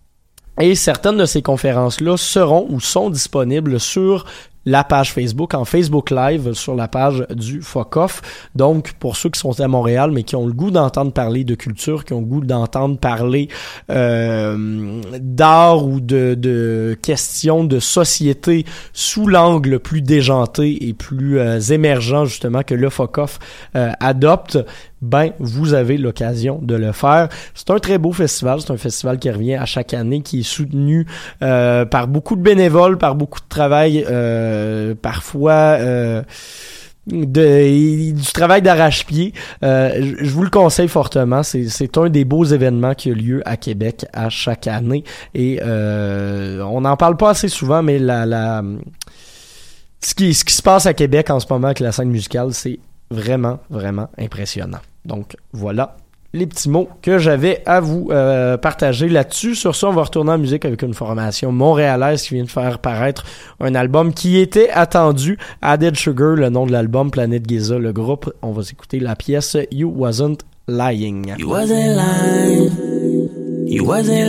Et certaines de ces conférences-là seront ou sont disponibles sur la page Facebook, en Facebook Live sur la page du Fuck Off. Donc, pour ceux qui sont à Montréal, mais qui ont le goût d'entendre parler de culture, qui ont le goût d'entendre parler euh, d'art ou de, de questions de société sous l'angle plus déjanté et plus euh, émergent, justement, que le Fuck Off euh, adopte, ben, vous avez l'occasion de le faire. C'est un très beau festival. C'est un festival qui revient à chaque année, qui est soutenu euh, par beaucoup de bénévoles, par beaucoup de travail, euh, parfois euh, de, du travail d'arrache-pied. Euh, je vous le conseille fortement. C'est, c'est un des beaux événements qui a lieu à Québec à chaque année. Et euh, on n'en parle pas assez souvent, mais la, la ce qui, ce qui se passe à Québec en ce moment avec la scène musicale, c'est vraiment, vraiment impressionnant. Donc, voilà les petits mots que j'avais à vous euh, partager là-dessus. Sur ça, on va retourner en musique avec une formation montréalaise qui vient de faire paraître un album qui était attendu. Added Sugar, le nom de l'album, Planète Giza, le groupe. On va écouter la pièce You Wasn't Lying. You wasn't lying. You wasn't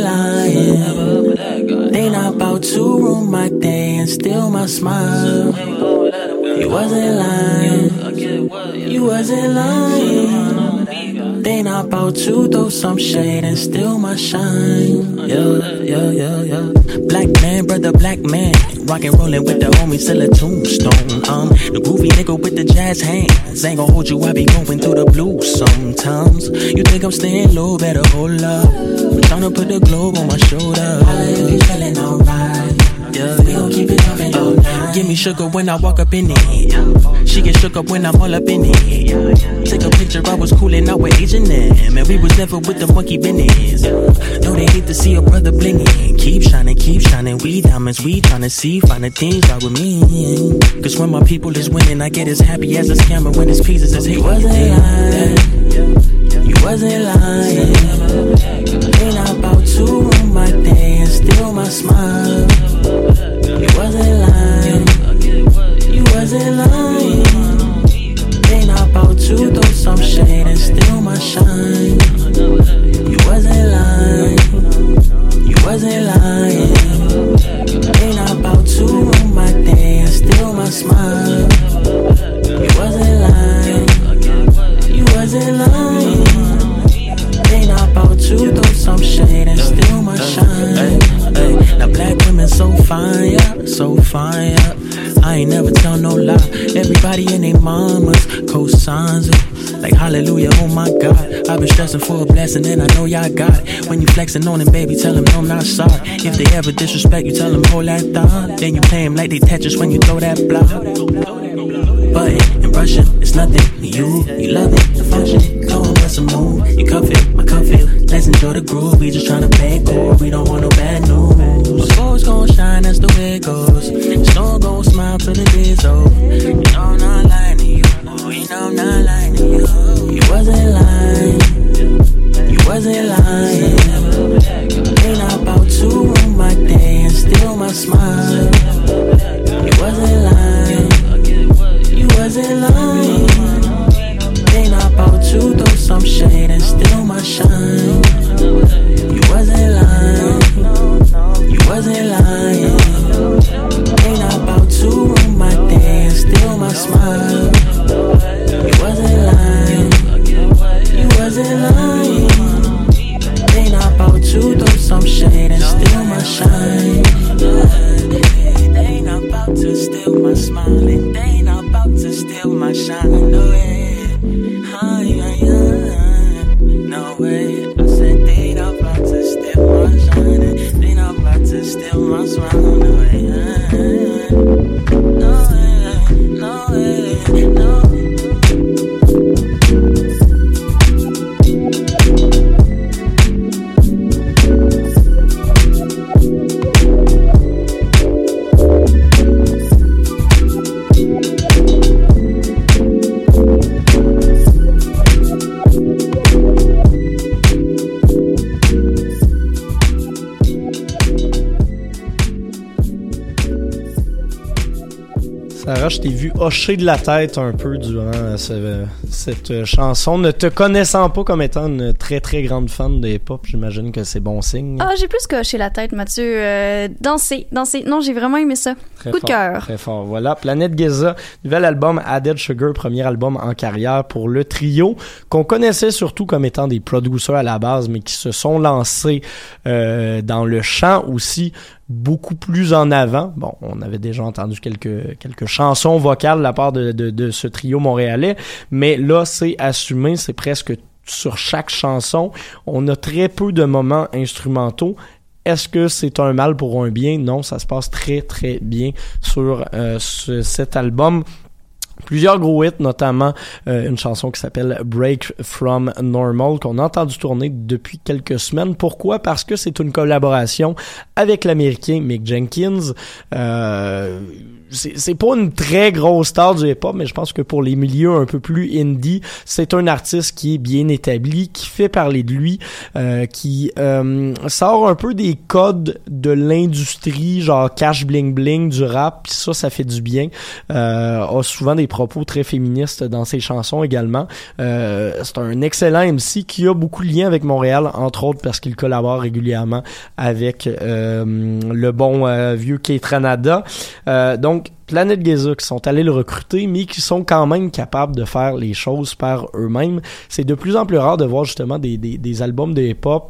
lying. They not about to ruin my day and steal my smile. You wasn't lying. You wasn't lying. They not about to throw some shade and steal my shine. Yeah, yeah, yeah, yeah. Black man, brother, black man. Rockin' rollin' with the homies till a tombstone. Um, the groovy nigga with the jazz hands. Ain't gon' hold you, I be going through the blues sometimes. You think I'm staying low, better hold up. I'm tryna put the globe on my shoulder. I be feeling alright. Yeah, we gon' keep it coming all night. Give me sugar when I walk up in it. She get shook up when I'm all up in it. Take a picture, I was coolin' out with H and M, and we was never with the monkey business. Know they hate to see a brother blingin'. Keep shining, keep shining. We diamonds, we tryna see, find the things right with me. Cause when my people is winning, I get as happy as a scammer when his pieces is hating. You wasn't lying. You wasn't lying. They not about to ruin my day and steal my smile. You wasn't lying. You wasn't lying. They not about to throw some shade and steal my shine. You wasn't lying. You wasn't lying. They not about to ruin my day and steal my smile. You wasn't lying. You wasn't lying. They not about to throw some shade and steal my shine. Now black women so fine, yeah, so fine, yeah. I ain't never tell no lie. Everybody and their mamas co-signs it. Like hallelujah, oh my God. I've been stressing for a blessing and I know y'all got it. When you flexing on them, baby, tell them no, I'm not sorry. If they ever disrespect you, tell them hold that thought. Then you play them like they Tetris when you throw that block. Button and brushing, it's nothing. You, you love it, the function. Go and bust a move. You cuff it, my cuff it. Let's enjoy the groove. We just tryna play it cool. We don't want no bad news. My gold's gon' shine, that's the way it goes. Stone gon' smile till the day's over. You know I'm not lying to you. Oh, you know I'm not lying to you. You wasn't lying. You wasn't lying. They not about to ruin my day and steal my smile. You wasn't lying. You wasn't lying. They not about to throw some shade and steal my shine. You wasn't lying. You wasn't lying. They not about to ruin my day and steal my smile. You wasn't lying. You wasn't lying. They not about to throw some shade and steal my shine. They not about to steal my smile and they not about to steal my shine. No way, no way. I said they not about to steal my shine and they not about to steal my smile. No way, no way, no way, no. Sarah, je t'ai vu hocher de la tête un peu durant ce, cette chanson. Ne te connaissant pas comme étant une très très grande fan de hip-hop, j'imagine que c'est bon signe. Ah, j'ai plus que hocher la tête, Mathieu. Euh, danser, danser. Non, j'ai vraiment aimé ça. Très Coup fort, de cœur. Très fort. Voilà, Planète Giza, nouvel album Added Sugar, premier album en carrière pour le trio, qu'on connaissait surtout comme étant des producers à la base, mais qui se sont lancés euh, dans le chant aussi beaucoup plus en avant. Bon, on avait déjà entendu quelques quelques chansons vocales de la part de, de, de ce trio montréalais, mais là, c'est assumé, c'est presque sur chaque chanson. On a très peu de moments instrumentaux. Est-ce que c'est un mal pour un bien? Non, ça se passe très, très bien sur euh, ce, cet album. Plusieurs gros hits, notamment euh, une chanson qui s'appelle Break From Normal, qu'on a entendu tourner depuis quelques semaines. Pourquoi? Parce que c'est une collaboration avec l'Américain Mick Jenkins. Euh, c'est, c'est pas une très grosse star du hip-hop, mais je pense que pour les milieux un peu plus indie, c'est un artiste qui est bien établi, qui fait parler de lui, euh, qui euh, sort un peu des codes de l'industrie, genre cash bling bling du rap, pis ça, ça fait du bien. Euh, a souvent des propos très féministes dans ses chansons également. Euh, c'est un excellent M C qui a beaucoup de liens avec Montréal, entre autres parce qu'il collabore régulièrement avec euh, le bon euh, vieux K-Tranada. Euh, donc, Planet Giza qui sont allés le recruter, mais qui sont quand même capables de faire les choses par eux-mêmes. C'est de plus en plus rare de voir justement des, des, des albums de hip-hop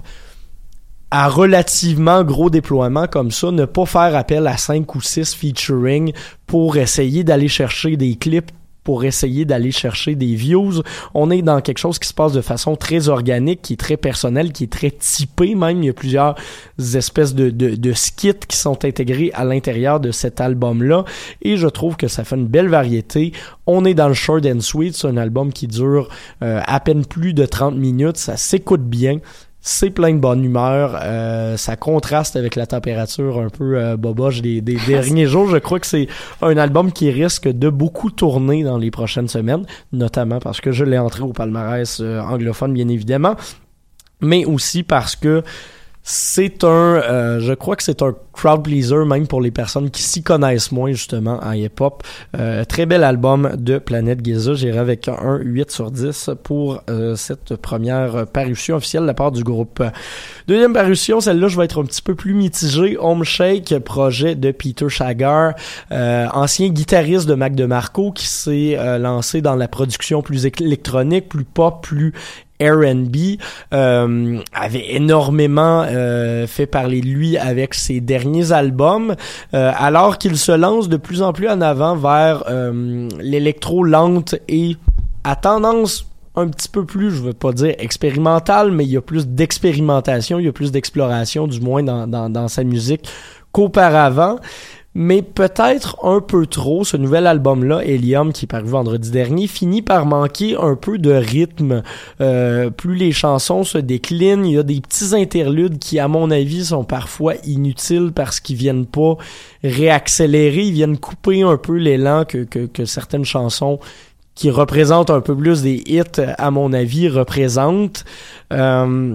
à relativement gros déploiement comme ça, ne pas faire appel à cinq ou six featuring pour essayer d'aller chercher des clips, pour essayer d'aller chercher des views. On est dans quelque chose qui se passe de façon très organique, qui est très personnelle, qui est très typé même. Il y a plusieurs espèces de, de, de skits qui sont intégrés à l'intérieur de cet album-là. Et je trouve que ça fait une belle variété. On est dans le short and sweet. C'est un album qui dure euh, à peine plus de trente minutes. Ça s'écoute bien. C'est plein de bonne humeur, euh, ça contraste avec la température un peu euh, boboche des, des derniers jours. Je crois que c'est un album qui risque de beaucoup tourner dans les prochaines semaines, notamment parce que je l'ai entré au palmarès euh, anglophone bien évidemment, mais aussi parce que c'est un, euh, je crois que c'est un crowd pleaser même pour les personnes qui s'y connaissent moins justement en hip-hop. Euh, très bel album de Planet Giza. J'irai avec un huit sur dix pour euh, cette première parution officielle de la part du groupe. Deuxième parution, celle-là, je vais être un petit peu plus mitigé. Home Shake, projet de Peter Shagar, euh, ancien guitariste de Mac DeMarco qui s'est euh, lancé dans la production plus électronique, plus pop, plus R and B, euh, avait énormément euh, fait parler de lui avec ses derniers albums, euh, alors qu'il se lance de plus en plus en avant vers euh, l'électro lente et à tendance un petit peu plus, je veux pas dire expérimentale, mais il y a plus d'expérimentation, il y a plus d'exploration, du moins dans, dans, dans sa musique qu'auparavant. Mais peut-être un peu trop, ce nouvel album-là, Helium, qui est paru vendredi dernier, finit par manquer un peu de rythme. Euh, plus les chansons se déclinent, il y a des petits interludes qui, à mon avis, sont parfois inutiles parce qu'ils viennent pas réaccélérer, ils viennent couper un peu l'élan que, que, que certaines chansons qui représentent un peu plus des hits, à mon avis, représentent. Euh,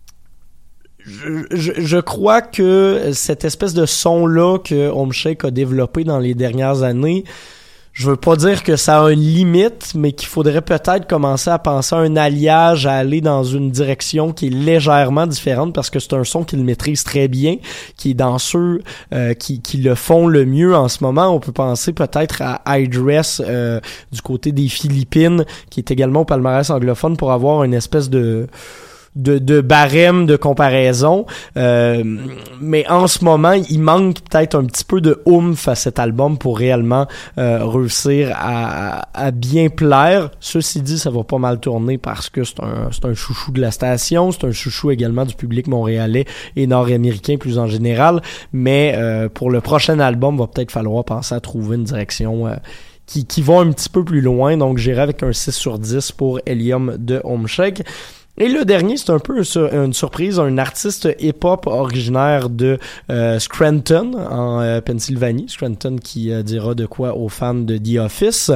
Je, je, je crois que cette espèce de son-là que Home Shake a développé dans les dernières années, je veux pas dire que ça a une limite, mais qu'il faudrait peut-être commencer à penser à un alliage, à aller dans une direction qui est légèrement différente, parce que c'est un son qu'il maîtrise très bien, qui est dans ceux euh, qui, qui le font le mieux en ce moment. On peut penser peut-être à iDress euh, du côté des Philippines, qui est également au palmarès anglophone, pour avoir une espèce de... de, de barème de comparaison, euh, mais en ce moment il manque peut-être un petit peu de oomph à cet album pour réellement euh, réussir à, à bien plaire. Ceci dit, ça va pas mal tourner parce que c'est un, c'est un chouchou de la station, c'est un chouchou également du public montréalais et nord-américain plus en général, mais euh, pour le prochain album, va peut-être falloir penser à trouver une direction euh, qui, qui va un petit peu plus loin, donc j'irai avec un six sur dix pour Helium de Home Shake. Et le dernier, c'est un peu une surprise, un artiste hip-hop originaire de euh, Scranton, en euh, Pennsylvanie. Scranton qui euh, dira de quoi aux fans de The Office.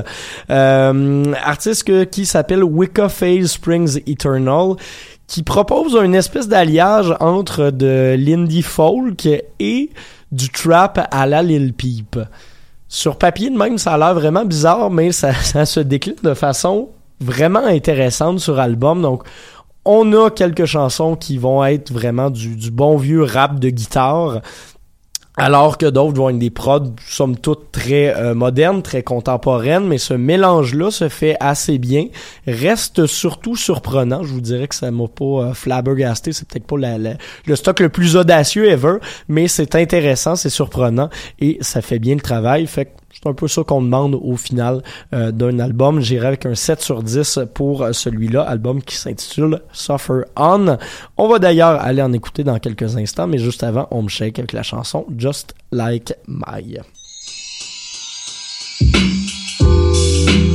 Euh, artiste que, qui s'appelle Wicca Phase Springs Eternal, qui propose une espèce d'alliage entre de l'indie folk et du trap à la Lil Peep. Sur papier de même, ça a l'air vraiment bizarre, mais ça, ça se décline de façon vraiment intéressante sur album. Donc, on a quelques chansons qui vont être vraiment du, du bon vieux rap de guitare, alors que d'autres vont être des prods, somme toute, très euh, modernes, très contemporaines, mais ce mélange-là se fait assez bien, reste surtout surprenant. Je vous dirais que ça m'a pas euh, flabbergasté, c'est peut-être pas la, la, le stock le plus audacieux ever, mais c'est intéressant, c'est surprenant, et ça fait bien le travail, fait que c'est un peu ça qu'on demande au final euh, d'un album. J'irai avec un sept sur dix pour celui-là, album qui s'intitule Suffer On. On va d'ailleurs aller en écouter dans quelques instants, mais juste avant, Home Shake avec la chanson Just Like My.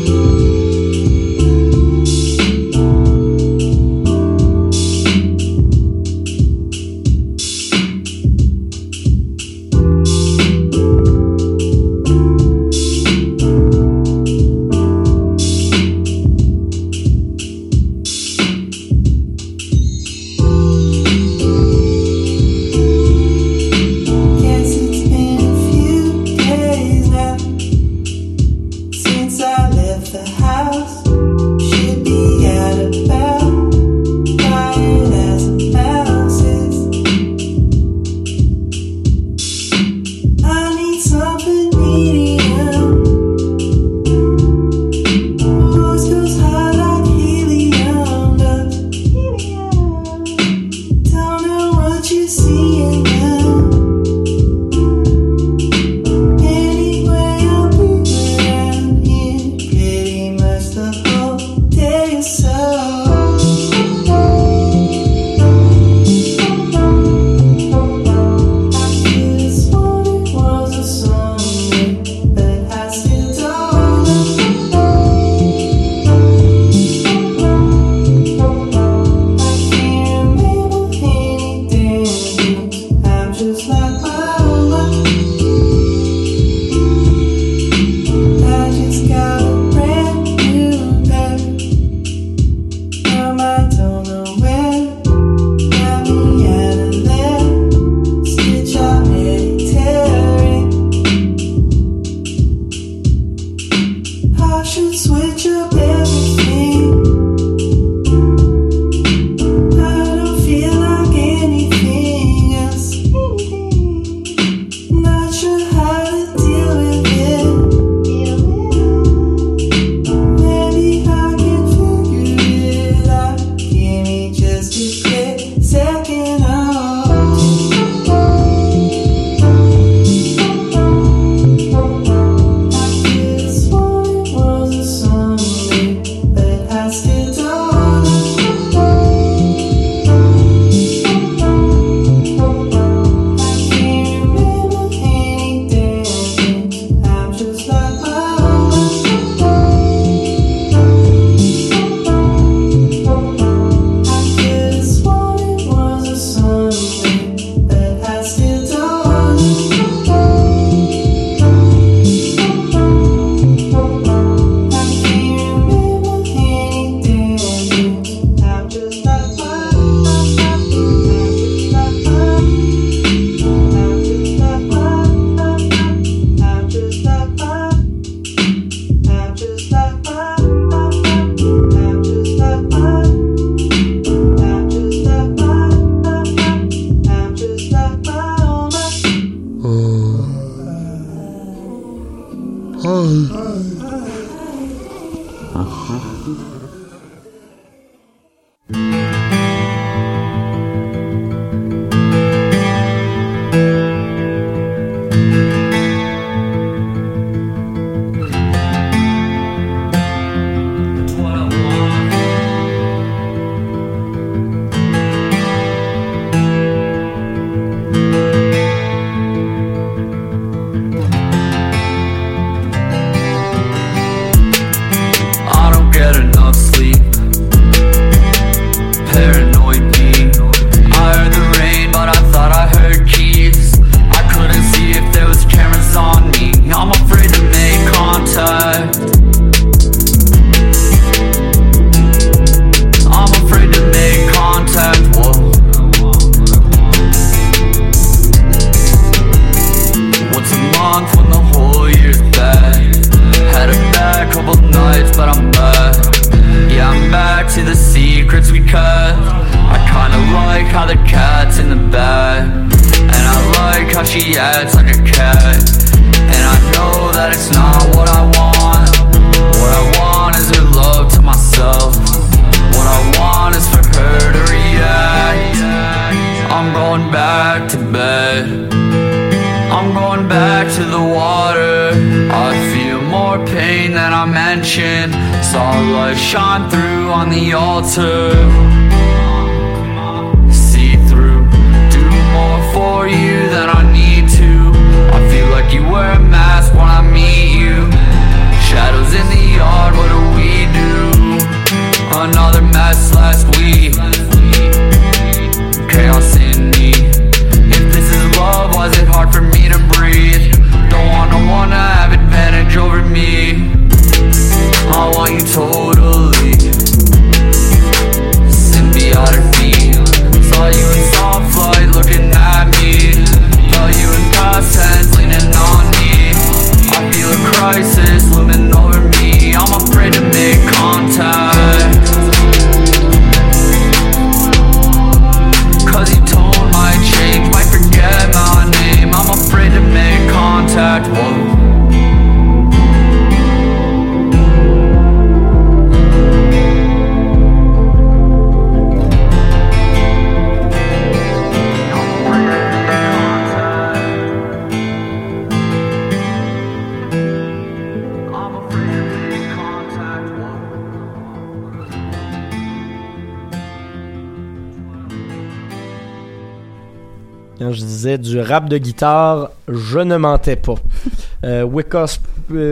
Quand je disais du rap de guitare, je ne mentais pas. euh, Wicca, euh,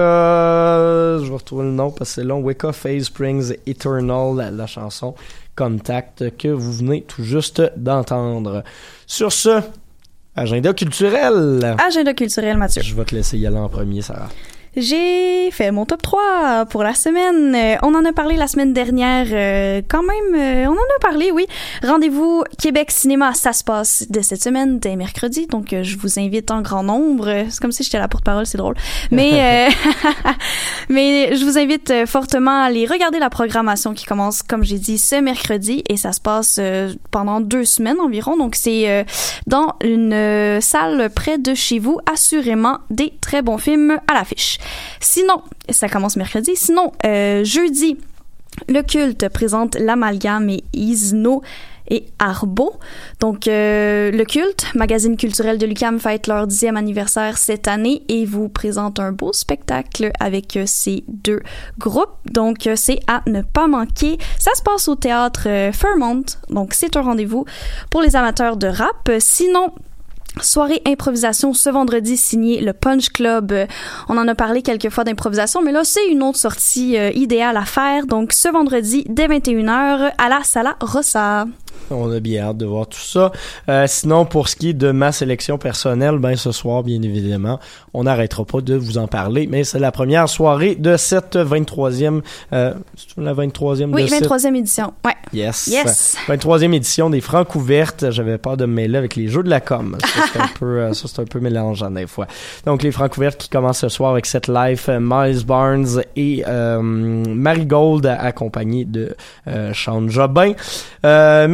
Wicca, je vais retrouver le nom parce que c'est long. Wicca Phase Springs Eternal, la, la chanson Contact que vous venez tout juste d'entendre. Sur ce, agenda culturel. Agenda culturel, Mathieu. Je vais te laisser y aller en premier, Sarah. J'ai fait mon top trois pour la semaine. Euh, on en a parlé la semaine dernière. Euh, quand même, euh, on en a parlé, oui. Rendez-vous Québec Cinéma, ça se passe de cette semaine, dès mercredi. Donc, euh, je vous invite en grand nombre. C'est comme si j'étais la porte-parole, c'est drôle. Mais, euh, mais je vous invite fortement à aller regarder la programmation qui commence, comme j'ai dit, ce mercredi. Et ça se passe euh, pendant deux semaines environ. Donc, c'est euh, dans une euh, salle près de chez vous. Assurément, des très bons films à l'affiche. Sinon, ça commence mercredi. Sinon, euh, jeudi, le culte présente l'Amalgame et Isno et Arbo. Donc, euh, le culte, magazine culturel de l'U Q A M, fête leur dixième anniversaire cette année et vous présente un beau spectacle avec euh, ces deux groupes. Donc, euh, c'est à ne pas manquer. Ça se passe au théâtre euh, Fairmont. Donc, c'est un rendez-vous pour les amateurs de rap. Sinon, soirée improvisation ce vendredi signé le Punch Club. Euh, on en a parlé quelques fois d'improvisation, mais là, c'est une autre sortie euh, idéale à faire. Donc, ce vendredi, dès vingt et une heures, à la Sala Rossa. On a bien hâte de voir tout ça. Euh, sinon, pour ce qui est de ma sélection personnelle, ben ce soir, bien évidemment, on n'arrêtera pas de vous en parler, mais c'est la première soirée de cette vingt-troisième... Euh, c'est la vingt-troisième Oui, de vingt-troisième cette... édition, ouais. Yes. Yes. vingt-troisième édition des Francouvertes. J'avais peur de me mêler avec les jeux de la com. Ça, c'est un peu, ça, c'est un peu mélangeant des fois. Donc, les Francouvertes qui commencent ce soir avec Set Life, Miles Barnes et euh, Marigold, accompagnés de euh, Sean Jobin. Euh,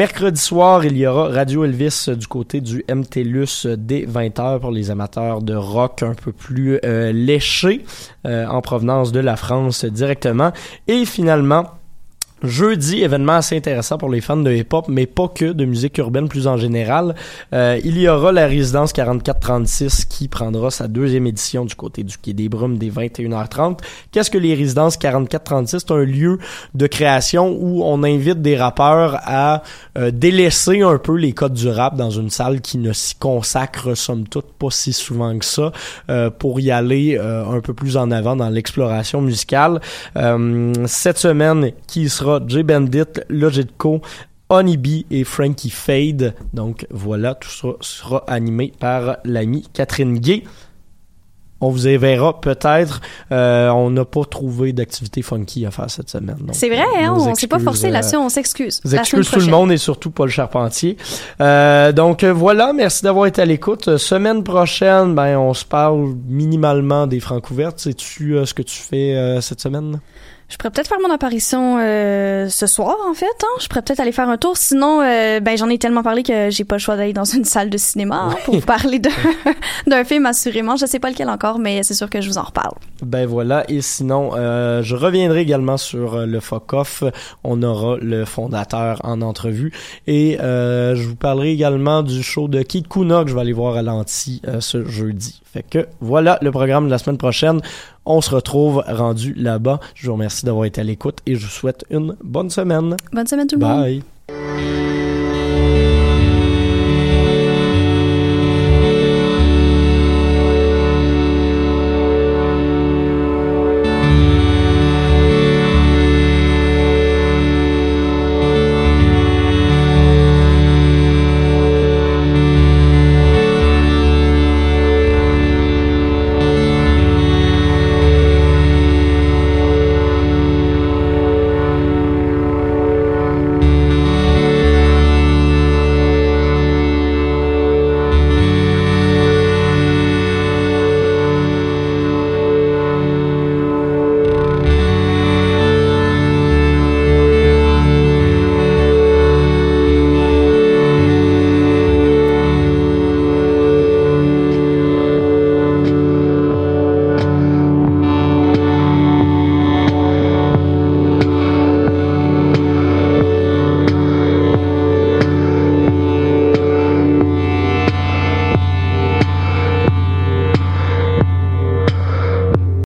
mercredi soir, il y aura Radio Elvis du côté du M T L U S dès vingt heures pour les amateurs de rock un peu plus euh, léché euh, en provenance de la France directement. Et finalement, jeudi, événement assez intéressant pour les fans de hip-hop, mais pas que, de musique urbaine plus en général. Euh, il y aura la résidence quarante-quatre trente-six qui prendra sa deuxième édition du côté du Quai des Brumes dès vingt et une heures trente. Qu'est-ce que les résidences quarante-quatre trente-six? C'est un lieu de création où on invite des rappeurs à euh, délaisser un peu les codes du rap dans une salle qui ne s'y consacre, somme toute, pas si souvent que ça, euh, pour y aller euh, un peu plus en avant dans l'exploration musicale. Euh, cette semaine, qui sera J Bandit, Logitco, Honeybee et Frankie Fade. Donc voilà, tout ça sera animé par l'amie Catherine Gay. On vous y verra peut-être. Euh, on n'a pas trouvé d'activité funky à faire cette semaine. Donc, c'est vrai, hein, on s'est pas forcé là-dessus, on s'excuse. On s'excuse tout le monde et surtout Paul Charpentier. Euh, donc voilà, merci d'avoir été à l'écoute. Semaine prochaine, ben on se parle minimalement des Francouvertes. Sais-tu euh, ce que tu fais euh, cette semaine? Je pourrais peut-être faire mon apparition euh, ce soir, en fait. Hein? Je pourrais peut-être aller faire un tour. Sinon, euh, ben j'en ai tellement parlé que j'ai pas le choix d'aller dans une salle de cinéma hein, pour vous parler de, d'un film, assurément. Je sais pas lequel encore, mais c'est sûr que je vous en reparle. Ben voilà. Et sinon, euh, je reviendrai également sur le Fuck-Off. On aura le fondateur en entrevue. Et euh, je vous parlerai également du show de Kid Kuna que je vais aller voir à l'Anti euh, ce jeudi. Fait que voilà le programme de la semaine prochaine. On se retrouve rendu là-bas. Je vous remercie d'avoir été à l'écoute et je vous souhaite une bonne semaine. Bonne semaine tout le monde. Bye.